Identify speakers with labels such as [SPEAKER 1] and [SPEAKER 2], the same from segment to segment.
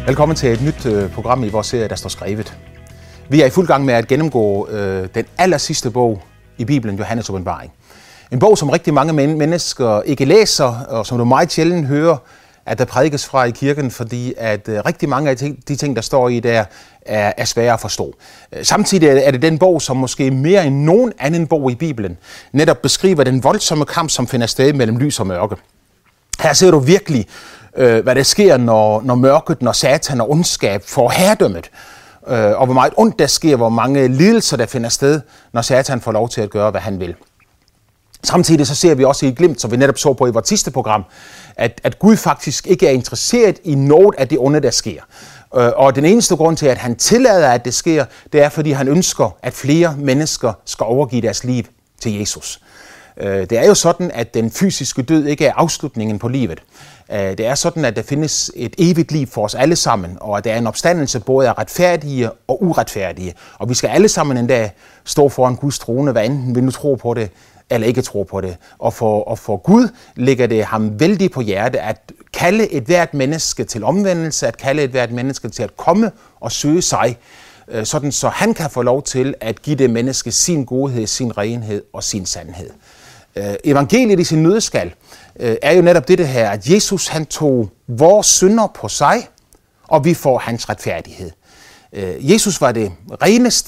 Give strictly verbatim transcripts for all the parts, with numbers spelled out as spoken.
[SPEAKER 1] Velkommen til et nyt øh, program i vores serie, der står skrevet. Vi er i fuld gang med at gennemgå øh, den aller sidste bog i Bibelen, Johannes Åbenbaring. En bog, som rigtig mange men- mennesker ikke læser, og som du meget sjældent hører, at der prædikes fra i kirken, fordi at øh, rigtig mange af de ting, der står i der, er, er svære at forstå. Samtidig er det den bog, som måske mere end nogen anden bog i Bibelen netop beskriver den voldsomme kamp, som finder sted mellem lys og mørke. Her ser du virkelig, øh, hvad der sker, når, når mørket, når satan og ondskab får herredømmet, øh, og hvor meget ondt der sker, hvor mange lidelser der finder sted, når satan får lov til at gøre, hvad han vil. Samtidig så ser vi også i et glimt, som vi netop så på i vores sidste program, at, at Gud faktisk ikke er interesseret i noget af det onde, der sker. Og den eneste grund til, at han tillader, at det sker, det er, fordi han ønsker, at flere mennesker skal overgive deres liv til Jesus. Det er jo sådan, at den fysiske død ikke er afslutningen på livet. Det er sådan, at der findes et evigt liv for os alle sammen, og at der er en opstandelse både af retfærdige og uretfærdige. Og vi skal alle sammen en dag stå foran Guds trone, hvad enten vi nu tror på det, eller ikke tror på det. Og for, og for Gud ligger det ham vældig på hjerte at kalde et hvert menneske til omvendelse, at kalde et hvert menneske til at komme og søge sig, sådan så han kan få lov til at give det menneske sin godhed, sin renhed og sin sandhed. Evangeliet i sin nøddeskal er jo netop det her, at Jesus han tog vores synder på sig, og vi får hans retfærdighed. Jesus var det reneste,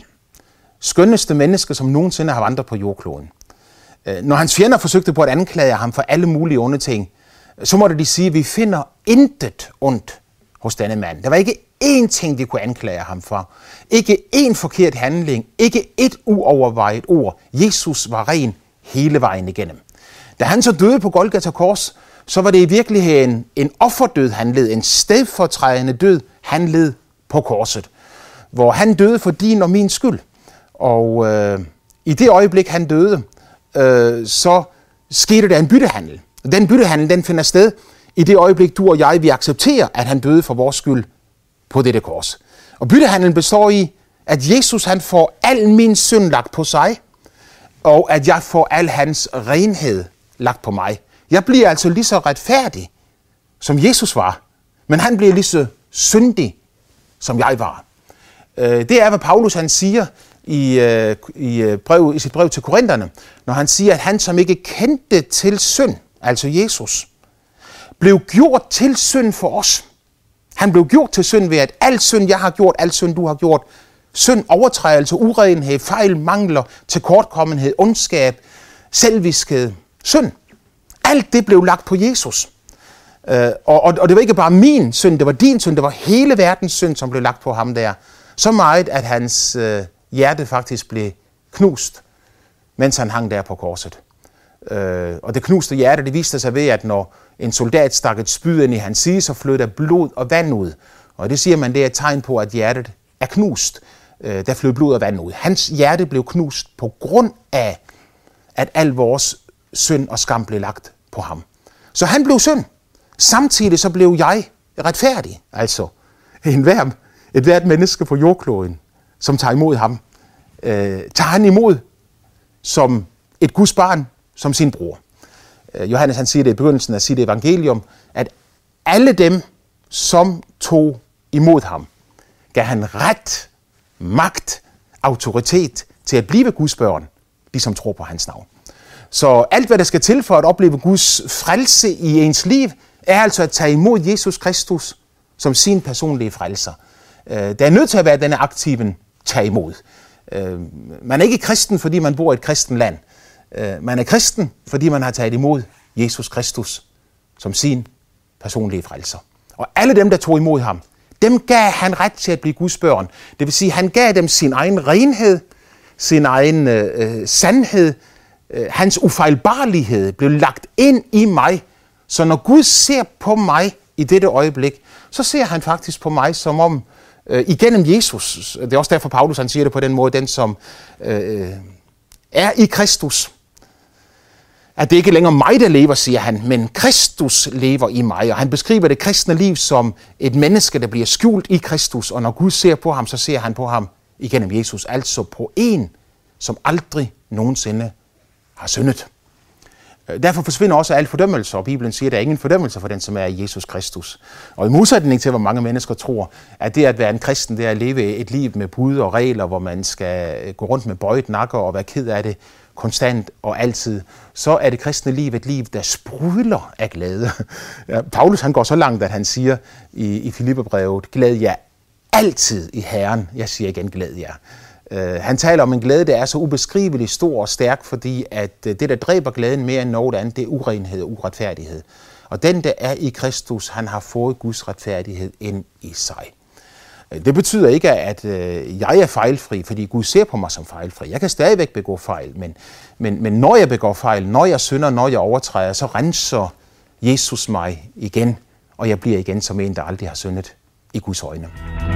[SPEAKER 1] skønneste menneske, som nogensinde har vandret på jordkloden. Når hans fjender forsøgte på at anklage ham for alle mulige onde ting, så måtte de sige, at vi finder intet ondt hos denne mand. Der var ikke én ting, de kunne anklage ham for. Ikke én forkert handling. Ikke ét uovervejet ord. Jesus var ren hele vejen igennem. Da han så døde på Golgata Kors, så var det i virkeligheden en offerdød, han led. En stedfortrædende død, han led på korset. Hvor han døde for din og min skyld. Og øh, i det øjeblik, han døde, øh, så skete der en byttehandel. Den byttehandel, den finder sted i det øjeblik, du og jeg, vi accepterer, at han døde for vores skyld på dette kors. Og byttehandlen består i, at Jesus han får al min synd lagt på sig, og at jeg får al hans renhed lagt på mig. Jeg bliver altså lige så retfærdig, som Jesus var, men han bliver lige så syndig, som jeg var. Det er, hvad Paulus han siger i, i, brev, i sit brev til Korinterne, når han siger, at han, som ikke kendte til synd, altså Jesus, blev gjort til synd for os. Han blev gjort til synd ved, at al synd, jeg har gjort, al synd, du har gjort, synd, overtrædelse, urenhed, fejl, mangler, tilkortkommenhed, ondskab, selviskhed, synd. Alt det blev lagt på Jesus. Øh, og, og det var ikke bare min synd, det var din synd, det var hele verdens synd, som blev lagt på ham der. Så meget, at hans øh, hjerte faktisk blev knust, mens han hang der på korset. Øh, og det knuste hjerte, det viste sig ved, at når en soldat stak et spyd ind i hans side, så flød der blod og vand ud. Og det siger man, det er et tegn på, at hjertet er knust. Øh, der flød blod og vand ud. Hans hjerte blev knust på grund af, at al vores synd og skam blev lagt på ham. Så han blev synd. Samtidig så blev jeg retfærdig. Altså en hver, et hvert menneske på jordkloden, som tager imod ham, øh, tager han imod som et Guds barn, som sin bror. Øh, Johannes han siger det i begyndelsen af sit evangelium, at alle dem, som tog imod ham, gav han ret, magt, autoritet til at blive Guds børn, de som tror på hans navn. Så alt, hvad der skal til for at opleve Guds frelse i ens liv, er altså at tage imod Jesus Kristus som sin personlige frelser. Der er nødt til at være denne aktiven tage imod. Man er ikke kristen, fordi man bor i et kristen land. Man er kristen, fordi man har taget imod Jesus Kristus som sin personlige frelser. Og alle dem, der tog imod ham, dem gav han ret til at blive Guds børn. Det vil sige, han gav dem sin egen renhed, sin egen øh, sandhed, øh, hans ufejlbarlighed blev lagt ind i mig. Så når Gud ser på mig i dette øjeblik, så ser han faktisk på mig som om, øh, igennem Jesus, det er også derfor Paulus han siger det på den måde, den som øh, er i Kristus, at det ikke længere mig, der lever, siger han, men Kristus lever i mig. Og han beskriver det kristne liv som et menneske, der bliver skjult i Kristus. Og når Gud ser på ham, så ser han på ham igennem Jesus. Altså på en, som aldrig nogensinde har syndet. Derfor forsvinder også al fordømmelse, og Bibelen siger, at der er ingen fordømmelse for den, som er i Jesus Kristus. Og i modsætning til, hvor mange mennesker tror, at det at være en kristen, det er at leve et liv med bud og regler, hvor man skal gå rundt med bøjet nakker og være ked af det konstant og altid, så er det kristne liv et liv, der sprudler af glæde. Ja, Paulus han går så langt, at han siger i, i Filipperbrevet, glæd jer altid i Herren. Jeg siger igen, glæd jer. Uh, han taler om en glæde, der er så ubeskriveligt stor og stærk, fordi at uh, det, der dræber glæden mere end noget andet, det er urenhed og uretfærdighed. Og den, der er i Kristus, han har fået Guds retfærdighed ind i sig. Uh, det betyder ikke, at uh, jeg er fejlfri, fordi Gud ser på mig som fejlfri. Jeg kan stadigvæk begå fejl, men, men, men når jeg begår fejl, når jeg synder, når jeg overtræder, så renser Jesus mig igen, og jeg bliver igen som en, der aldrig har syndet i Guds øjne.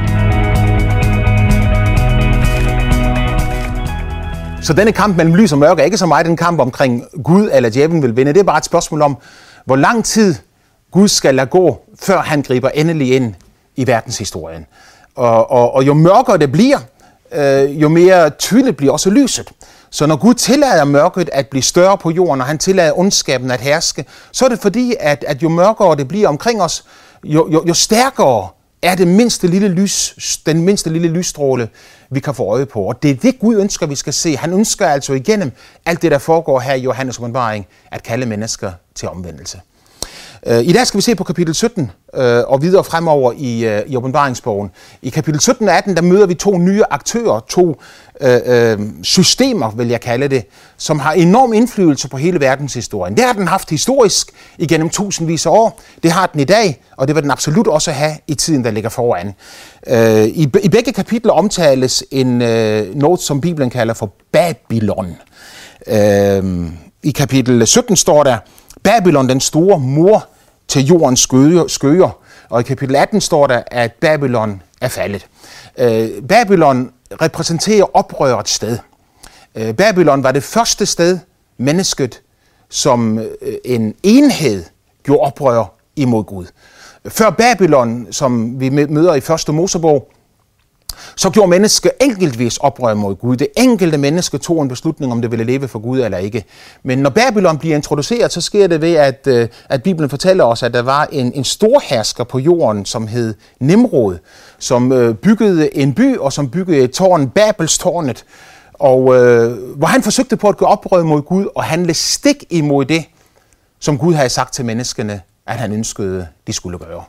[SPEAKER 1] Så denne kamp mellem lys og mørke er ikke så meget en kamp omkring Gud eller djævlen vil vinde. Det er bare et spørgsmål om, hvor lang tid Gud skal lade gå, før han griber endelig ind i verdenshistorien. Og, og, og jo mørkere det bliver, øh, jo mere tydeligt bliver også lyset. Så når Gud tillader mørket at blive større på jorden, og han tillader ondskaben at herske, så er det fordi, at, at jo mørkere det bliver omkring os, jo, jo, jo stærkere er det mindste lille lys, den mindste lille lysstråle, vi kan få øje på. Og det er det, Gud ønsker, vi skal se. Han ønsker altså igennem alt det, der foregår her i Johannes åbenbaring, at kalde mennesker til omvendelse. I dag skal vi se på kapitel sytten og videre fremover i, i åbenbaringsbogen. I kapitel sytten og atten, der møder vi to nye aktører, to øh, systemer, vil jeg kalde det, som har enorm indflydelse på hele verdenshistorien. Det har den haft historisk igennem tusindvis af år. Det har den i dag, og det vil den absolut også have i tiden, der ligger foran. Øh, i, I begge kapitler omtales en øh, noget, som Bibelen kalder for Babylon. Øh, I kapitel sytten står der, Babylon, den store mor til jordens skøger. Og i kapitel atten står der, at Babylon er faldet. Øh, Babylon repræsenterer oprørets sted. Øh, Babylon var det første sted, mennesket som øh, en enhed gjorde oprør imod Gud. Før Babylon, som vi møder i første Mosebog, så gjorde mennesket enkeltvis oprør mod Gud. Det enkelte menneske tog en beslutning, om det ville leve for Gud eller ikke. Men når Babylon bliver introduceret, så sker det ved, at, at Bibelen fortæller os, at der var en, en storhersker på jorden, som hed Nimrod, som byggede en by, og som byggede et tårn, Babelstårnet, og øh, hvor han forsøgte på at gøre oprør mod Gud, og handle stik imod det, som Gud havde sagt til menneskene, at han ønskede, de skulle gøre.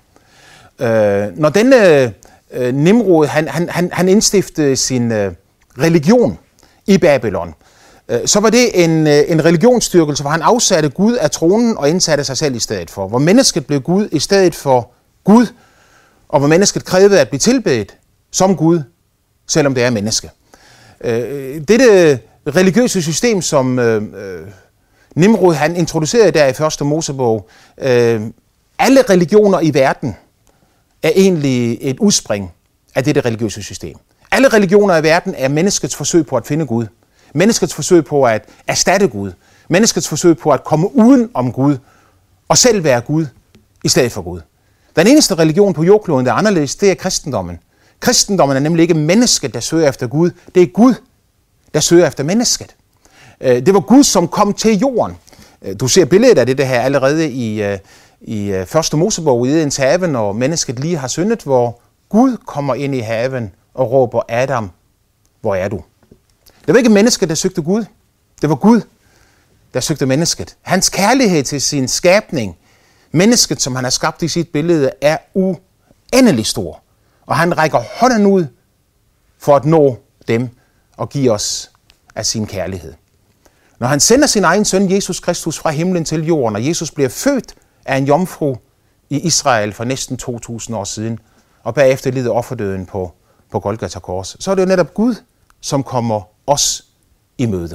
[SPEAKER 1] Øh, når denne Nimrod, han, han, han indstiftede sin øh, religion i Babylon. Øh, så var det en, øh, en religionsstyrkelse, hvor han afsatte Gud af tronen og indsatte sig selv i stedet for. Hvor mennesket blev Gud i stedet for Gud, og hvor mennesket krævede at blive tilbedt som Gud, selvom det er menneske. Øh, dette religiøse system, som øh, Nimrod han introducerede der i første Mosebog, øh, alle religioner i verden er egentlig et udspring af dette religiøse system. Alle religioner i verden er menneskets forsøg på at finde Gud. Menneskets forsøg på at erstatte Gud. Menneskets forsøg på at komme uden om Gud og selv være Gud i stedet for Gud. Den eneste religion på jordkloden, der er anderledes, det er kristendommen. Kristendommen er nemlig ikke mennesket, der søger efter Gud. Det er Gud, der søger efter mennesket. Det var Gud, som kom til jorden. Du ser billedet af det her allerede i i første Mosebog i Edens have, når mennesket lige har syndet, hvor Gud kommer ind i haven og råber, Adam, hvor er du? Det var ikke mennesket, der søgte Gud. Det var Gud, der søgte mennesket. Hans kærlighed til sin skabning, mennesket, som han har skabt i sit billede, er uendelig stor. Og han rækker hånden ud for at nå dem og give os af sin kærlighed. Når han sender sin egen søn, Jesus Kristus, fra himlen til jorden, og Jesus bliver født af en jomfru i Israel for næsten to tusind år siden, og bagefter lider offerdøden på, på Golgata Kors, så er det jo netop Gud, som kommer os i møde.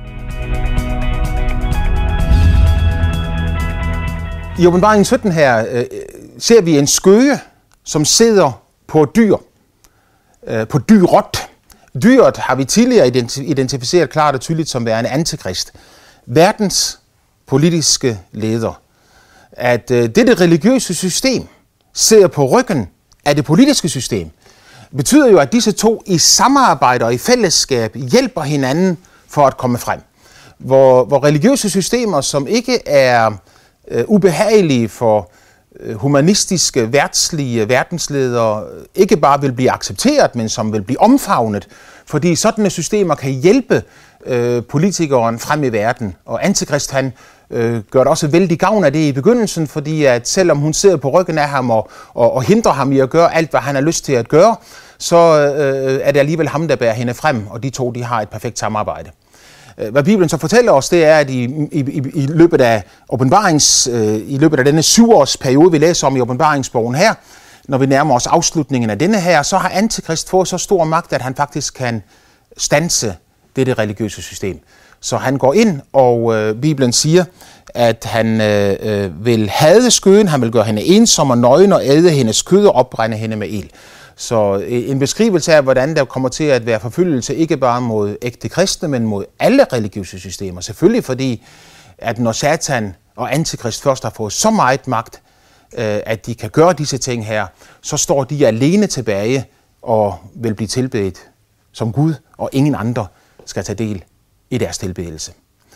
[SPEAKER 1] I åbenbaringen sytten her øh, ser vi en skøge, som sidder på dyr, øh, på dyret. Dyret har vi tidligere identificeret klart og tydeligt som værende antikrist, verdens politiske leder. At øh, dette religiøse system sidder på ryggen af det politiske system, betyder jo, at disse to i samarbejde og i fællesskab hjælper hinanden for at komme frem. hvor, hvor religiøse systemer, som ikke er øh, ubehagelige for øh, humanistiske, værtslige verdensledere, ikke bare vil blive accepteret, men som vil blive omfavnet, fordi sådanne systemer kan hjælpe øh, politikeren frem i verden. Og Antikrist, han øh, gør det også vældig gavn af det i begyndelsen, fordi at selvom hun sidder på ryggen af ham og, og, og hindrer ham i at gøre alt, hvad han har lyst til at gøre, så øh, er det alligevel ham, der bærer hende frem, og de to, de har et perfekt samarbejde. Hvad Bibelen så fortæller os, det er, at i, i, i løbet af åbenbarings, øh, i løbet af denne syvårsperiode, vi læser om i åbenbaringsbogen her, når vi nærmer os afslutningen af denne her, så har Antikrist fået så stor magt, at han faktisk kan standse dette religiøse system. Så han går ind, og øh, Bibelen siger, at han øh, vil hade skøden, han vil gøre hende ensom og nøgen og æde hendes kød og opbrænde hende med ild. Så en beskrivelse af, hvordan der kommer til at være forfølgelse, ikke bare mod ægte kristne, men mod alle religiøse systemer. Selvfølgelig fordi, at når Satan og Antikrist først har fået så meget magt, at de kan gøre disse ting her, så står de alene tilbage og vil blive tilbedt som Gud, og ingen andre skal tage del i deres tilbedelse.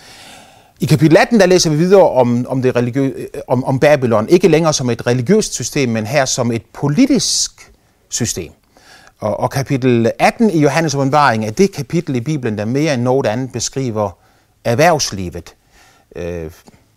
[SPEAKER 1] I kapitel atten, der læser vi videre om, om, det religiø- om, om Babylon, ikke længere som et religiøst system, men her som et politisk system. Og, og kapitel atten i Johannes åbenbaring er det kapitel i Bibelen, der mere end noget andet beskriver erhvervslivet, øh,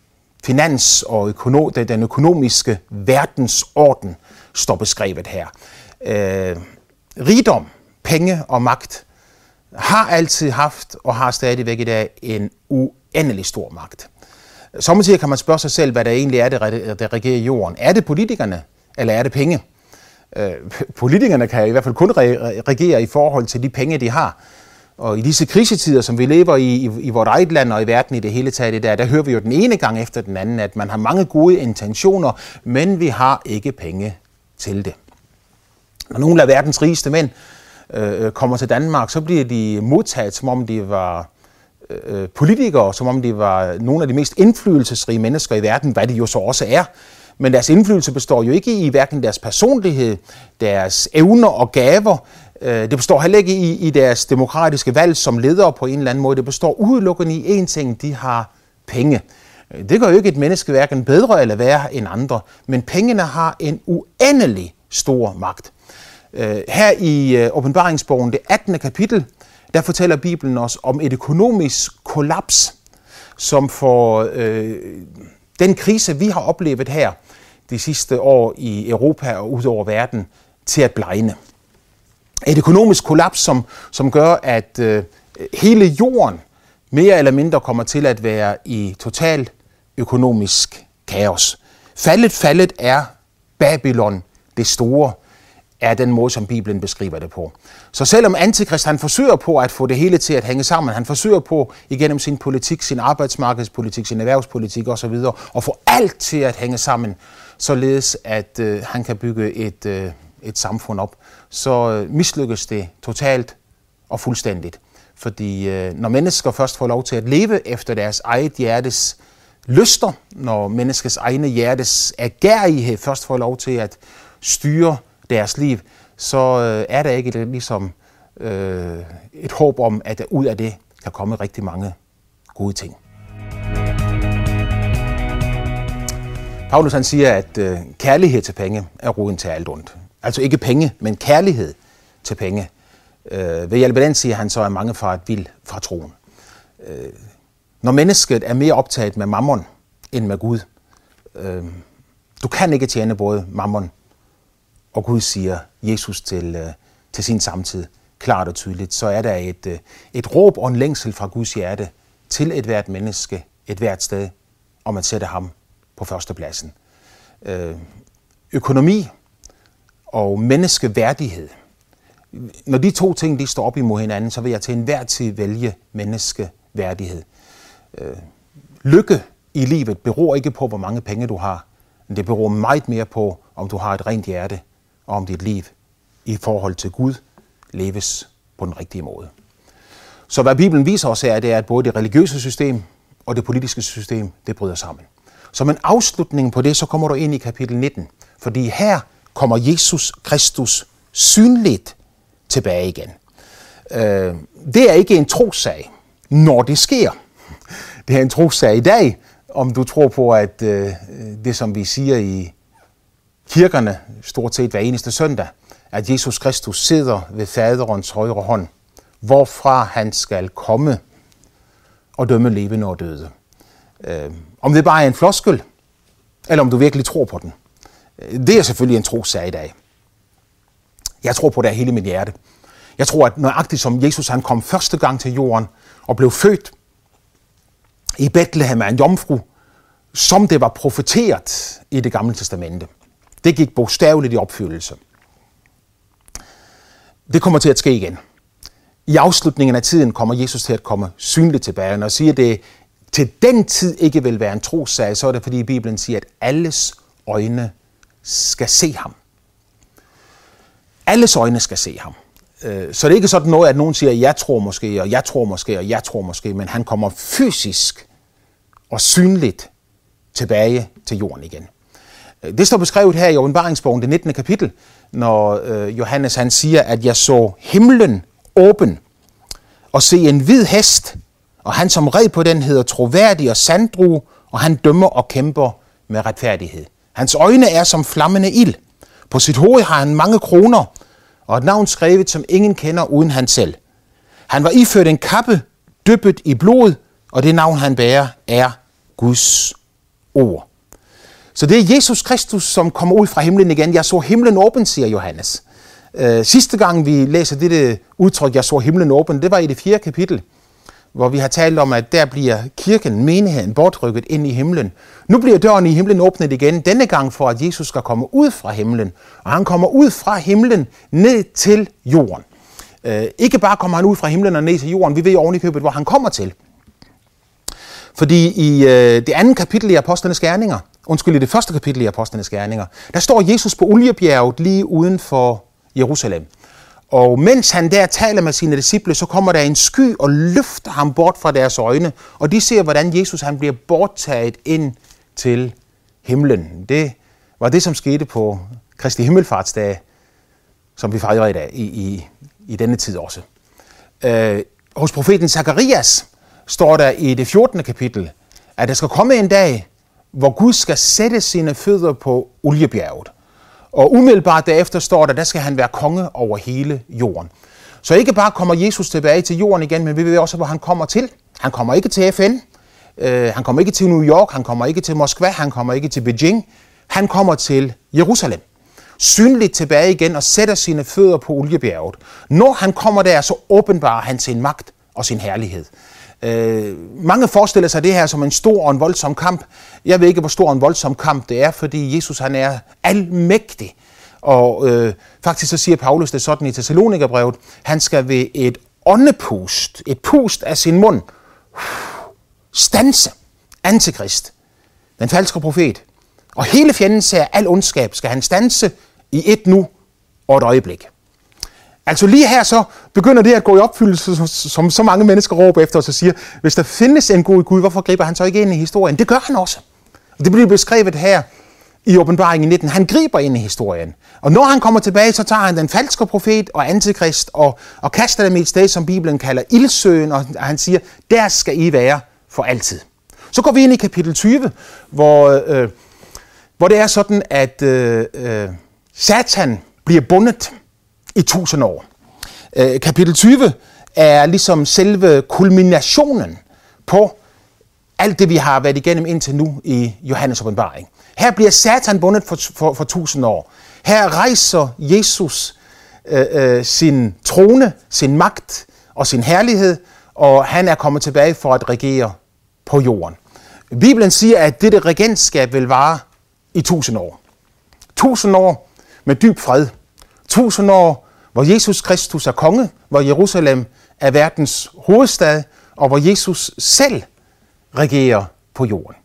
[SPEAKER 1] finans og økono, den økonomiske verdensorden står beskrevet her. Øh, rigdom, penge og magt har altid haft og har stadigvæk i dag en uendelig stor magt. Samtidig kan man spørge sig selv, hvad der egentlig er, der regerer jorden. Er det politikerne, eller er det penge? Øh, politikerne kan i hvert fald kun regere i forhold til de penge, de har. Og i disse krisetider, som vi lever i, i, i vores eget land og i verden i det hele taget, der, der hører vi jo den ene gang efter den anden, at man har mange gode intentioner, men vi har ikke penge til det. Når nogle af verdens rigeste mænd øh, kommer til Danmark, så bliver de modtaget, som om de var øh, politikere, som om de var nogle af de mest indflydelsesrige mennesker i verden, hvad de jo så også er. Men deres indflydelse består jo ikke i hverken deres personlighed, deres evner og gaver. Det består heller ikke i, i deres demokratiske valg som ledere på en eller anden måde. Det består udelukkende i én ting, de har penge. Det gør jo ikke et menneske hverken bedre eller værre end andre, men pengene har en uendelig stor magt. Her i åbenbaringsbogen, det attende kapitel, der fortæller Bibelen os om et økonomisk kollaps, som for øh, den krise, vi har oplevet her de sidste år i Europa og ud over verden, til at blegne. Et økonomisk kollaps, som, som gør, at øh, hele jorden mere eller mindre kommer til at være i total økonomisk kaos. Faldet, faldet er Babylon det store, er den måde, som Bibelen beskriver det på. Så selvom Antikrist, han forsøger på at få det hele til at hænge sammen, han forsøger på igennem sin politik, sin arbejdsmarkedspolitik, sin erhvervspolitik osv., at få alt til at hænge sammen, således at øh, han kan bygge et, øh, et samfund op, så øh, mislykkes det totalt og fuldstændigt. Fordi øh, når mennesker først får lov til at leve efter deres eget hjertes lyster, når menneskets egne hjertes agerighed først får lov til at styre deres liv, så øh, er der ikke ligesom øh, et håb om, at der ud af det kan komme rigtig mange gode ting. Paulus han siger, at øh, kærlighed til penge er roden til alt ondt. Altså ikke penge, men kærlighed til penge. Øh, ved hjælp af den siger han så, at mange faret vild fra troen. Øh, når mennesket er mere optaget med mammon end med Gud, øh, du kan ikke tjene både mammon og Gud, siger Jesus til, øh, til sin samtid, klart og tydeligt, så er der et, øh, et råb og en længsel fra Guds hjerte til et hvert menneske, et hvert sted, om at sætte ham på førstepladsen. Øh, økonomi og menneskeværdighed. Når de to ting de står op imod hinanden, så vil jeg til enhver tid vælge menneskeværdighed. Øh, lykke i livet beror ikke på, hvor mange penge du har, men det beror meget mere på, om du har et rent hjerte, og om dit liv i forhold til Gud leves på den rigtige måde. Så hvad Bibelen viser os er, det er, at både det religiøse system og det politiske system, det bryder sammen. Som en afslutning på det, så kommer du ind i kapitel nitten, fordi her kommer Jesus Kristus synligt tilbage igen. Det er ikke en trossag, når det sker. det er en trossag i dag, om du tror på, at øh, det, som vi siger i kirkerne, stort set hver eneste søndag, at Jesus Kristus sidder ved faderens højre hånd, hvorfra han skal komme og dømme levende og døde. Øh, om det bare er en floskel, eller om du virkelig tror på den. Det er selvfølgelig en trossag i dag. Jeg tror på det af hele mit hjerte. Jeg tror, at nøjagtigt som Jesus han kom første gang til jorden og blev født i Bethlehem af en jomfru, som det var profeteret i Det Gamle Testamente. Det gik bogstaveligt i opfyldelse. Det kommer til at ske igen. I afslutningen af tiden kommer Jesus til at komme synligt tilbage. Når jeg siger, at det til den tid ikke vil være en trossag, så er det fordi Bibelen siger, at alles øjne skal se ham. Alles øjne skal se ham. Så det er ikke sådan noget, at nogen siger, at jeg tror måske, og jeg tror måske, og jeg tror måske, men han kommer fysisk og synligt tilbage til jorden igen. Det står beskrevet her i Åbenbaringsbogen, det nittende kapitel, når øh, Johannes han siger, at jeg så himlen åben og se en hvid hest, og han som red på den hedder troværdig og sanddrue, og han dømmer og kæmper med retfærdighed. Hans øjne er som flammende ild. På sit hoved har han mange kroner, og et navn skrevet, som ingen kender uden han selv. Han var iført en kappe, dyppet i blod, og det navn han bærer er Guds ord. Så det er Jesus Kristus, som kommer ud fra himlen igen. Jeg så himlen åben, siger Johannes. Øh, sidste gang vi læser dette udtryk, jeg så himlen åben, det var i det fjerde kapitel, hvor vi har talt om, at der bliver kirken, menigheden, bortrykket ind i himlen. Nu bliver døren i himlen åbnet igen, denne gang for, at Jesus skal komme ud fra himlen. Og han kommer ud fra himlen ned til jorden. Øh, ikke bare kommer han ud fra himlen og ned til jorden, vi ved oven i købet, hvor han kommer til. Fordi i øh, det andet kapitel i Apostlenes Gerninger, undskyld, i det første kapitel i Apostlenes Gerninger, der står Jesus på Oliebjerget lige uden for Jerusalem. Og mens han der taler med sine disciple, så kommer der en sky og løfter ham bort fra deres øjne. Og de ser, hvordan Jesus han bliver borttaget ind til himlen. Det var det, som skete på Kristi Himmelfartsdag, som vi fejrer i dag, i, i, i denne tid også. Øh, hos profeten Zakarias står der i det fjortende kapitel, at der skal komme en dag, hvor Gud skal sætte sine fødder på Oliebjerget. Og umiddelbart derefter står der, der skal han være konge over hele jorden. Så ikke bare kommer Jesus tilbage til jorden igen, men vi ved også, hvor han kommer til. Han kommer ikke til F N, øh, han kommer ikke til New York, han kommer ikke til Moskva, han kommer ikke til Beijing. Han kommer til Jerusalem. Synligt tilbage igen og sætter sine fødder på Oliebjerget. Når han kommer der, så åbenbarer han sin magt og sin herlighed. Øh, mange forestiller sig det her som en stor og en voldsom kamp. Jeg ved ikke, hvor stor en voldsom kamp det er, fordi Jesus han er almægtig. Og øh, faktisk så siger Paulus det sådan i Thessalonikerbrevet, han skal ved et åndepust, et pust af sin mund, standse Antikrist, den falske profet. Og hele fjenden af al ondskab skal han standse i et nu og et øjeblik. Altså lige her så begynder det at gå i opfyldelse, som så mange mennesker råber efter os og siger, hvis der findes en god Gud, hvorfor griber han så ikke ind i historien? Det gør han også. Det bliver beskrevet her i Åbenbaringen nitten. Han griber ind i historien. Og når han kommer tilbage, så tager han den falske profet og antikrist og, og kaster dem i et sted, som Bibelen kalder ildsøen, og han siger, der skal I være for altid. Så går vi ind i kapitel tyve, hvor, øh, hvor det er sådan, at øh, øh, Satan bliver bundet i tusind år. Øh, kapitel tyve er ligesom selve kulminationen på alt det, vi har været igennem indtil nu i Johannes åbenbaring. Her bliver Satan bundet for, for, for tusind år. Her rejser Jesus øh, øh, sin trone, sin magt og sin herlighed, og han er kommet tilbage for at regere på jorden. Bibelen siger, at dette regentskab vil vare i tusind år. Tusind år med dyb fred. Tusind år, hvor Jesus Kristus er konge, hvor Jerusalem er verdens hovedstad, og hvor Jesus selv regerer på jorden.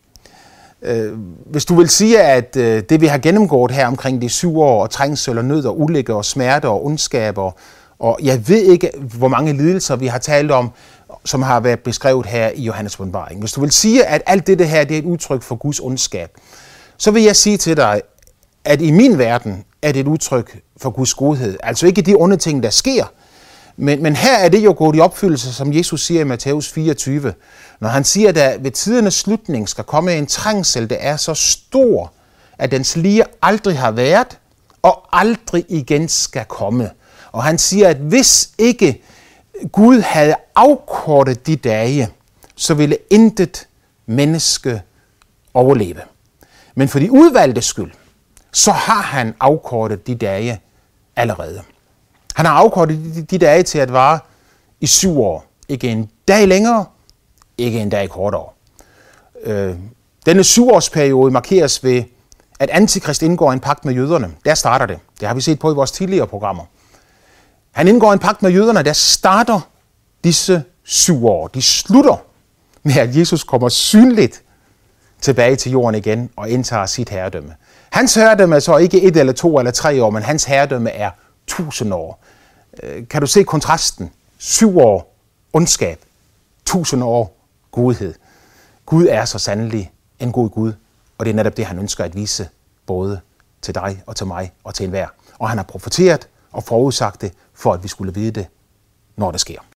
[SPEAKER 1] Hvis du vil sige, at det vi har gennemgået her omkring de syv år, og trængsel og nød og ulykke og smerte og ondskaber, og jeg ved ikke, hvor mange lidelser vi har talt om, som har været beskrevet her i Johannes åbenbaring. Hvis du vil sige, at alt det her det er et udtryk for Guds ondskab, så vil jeg sige til dig, at i min verden er det et udtryk for Guds godhed. Altså ikke de onde ting, der sker, Men, men her er det jo gået i opfyldelse, som Jesus siger i Matthæus fireogtyve, når han siger, at der ved tidernes slutning skal komme en trængsel, der er så stor, at dens lige aldrig har været, og aldrig igen skal komme. Og han siger, at hvis ikke Gud havde afkortet de dage, så ville intet menneske overleve. Men for de udvalgte skyld, så har han afkortet de dage allerede. Han har afkortet de, de dage til at vare i syv år. Ikke en dag længere, ikke en dag kortere. Øh, denne syvårsperiode markeres ved, at Antikrist indgår en pagt med jøderne. Der starter det. Det har vi set på i vores tidligere programmer. Han indgår en pagt med jøderne, der starter disse syv år. De slutter med, at Jesus kommer synligt tilbage til jorden igen og indtager sit herredømme. Hans herredømme er så ikke et eller to eller tre år, men hans herredømme er tusind år. Kan du se kontrasten? Syv år ondskab, tusind år godhed. Gud er så sandelig en god Gud, og det er netop det, han ønsker at vise både til dig og til mig og til enhver. Og han har profeteret og forudsagt det, for at vi skulle vide det, når det sker.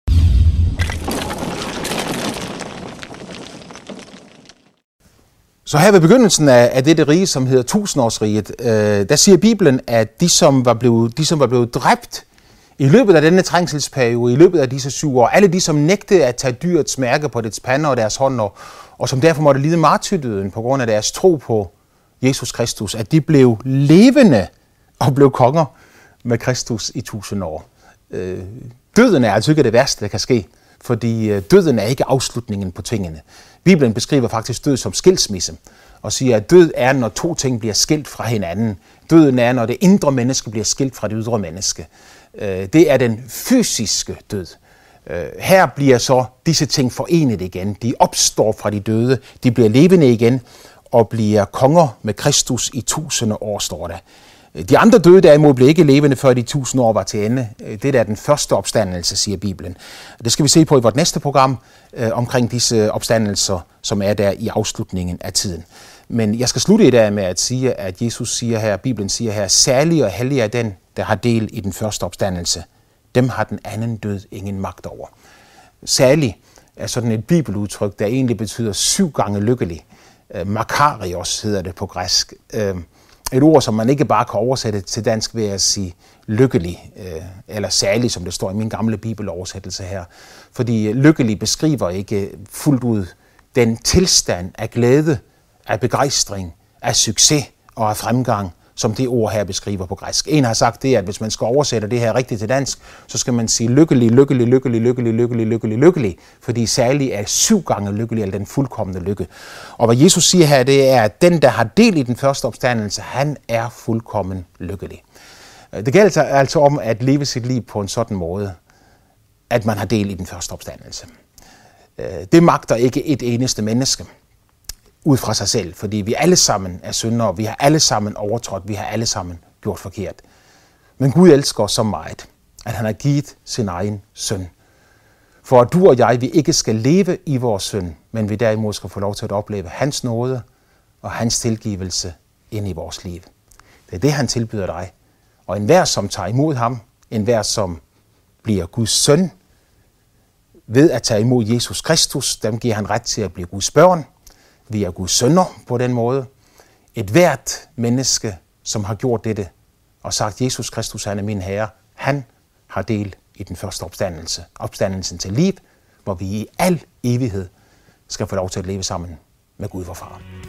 [SPEAKER 1] Så her ved begyndelsen af, af dette rige, som hedder tusindårsriget, øh, der siger Bibelen, at de som, var blevet, de, som var blevet dræbt i løbet af denne trængselsperiode, i løbet af disse syv år, alle de, som nægtede at tage dyrets mærke på dets pande og deres hånd, og, og som derfor måtte lide martyrdøden på grund af deres tro på Jesus Kristus, at de blev levende og blev konger med Kristus i tusind år. Øh, døden er altså ikke det værste, der kan ske, fordi døden er ikke afslutningen på tingene. Bibelen beskriver faktisk død som skilsmisse, og siger, at død er, når to ting bliver skilt fra hinanden. Døden er, når det indre menneske bliver skilt fra det ydre menneske. Det er den fysiske død. Her bliver så disse ting forenet igen. De opstår fra de døde, de bliver levende igen, og bliver konger med Kristus i tusinde år, står der. De andre døde derimod blev ikke levende, før de tusind år var til ende. Det er den første opstandelse, siger Bibelen. Det skal vi se på i vores næste program øh, omkring disse opstandelser, som er der i afslutningen af tiden. Men jeg skal slutte i dag med at sige, at Jesus siger her, Bibelen siger her, særlig og hellig er den, der har del i den første opstandelse. Dem har den anden død ingen magt over. Særlig er sådan et bibeludtryk, der egentlig betyder syv gange lykkelig. Makarios hedder det på græsk. Et ord, som man ikke bare kan oversætte til dansk ved at sige lykkelig, eller særlig, som det står i min gamle bibeloversættelse her. Fordi lykkelig beskriver ikke fuldt ud den tilstand af glæde, af begejstring, af succes og af fremgang, som det ord her beskriver på græsk. En har sagt det, at hvis man skal oversætte det her rigtigt til dansk, så skal man sige lykkelig, lykkelig, lykkelig, lykkelig, lykkelig, lykkelig, lykkelig, fordi særlig er syv gange lykkelig, eller den fuldkomne lykke. Og hvad Jesus siger her, det er, at den, der har del i den første opstandelse, han er fuldkommen lykkelig. Det gælder altså om at leve sit liv på en sådan måde, at man har del i den første opstandelse. Det magter ikke et eneste menneske ud fra sig selv, fordi vi alle sammen er syndere, vi har alle sammen overtrådt, vi har alle sammen gjort forkert. Men Gud elsker os så meget, at han har givet sin egen søn. For at du og jeg, vi ikke skal leve i vores synd, men vi derimod skal få lov til at opleve hans nåde og hans tilgivelse ind i vores liv. Det er det, han tilbyder dig. Og enhver, som tager imod ham, enhver, som bliver Guds søn, ved at tage imod Jesus Kristus, dem giver han ret til at blive Guds børn. Vi er Guds sønner på den måde. Et hvert menneske, som har gjort dette og sagt, Jesus Kristus, han er min herre, han har del i den første opstandelse. Opstandelsen til liv, hvor vi i al evighed skal få lov til at leve sammen med Gud vor Far.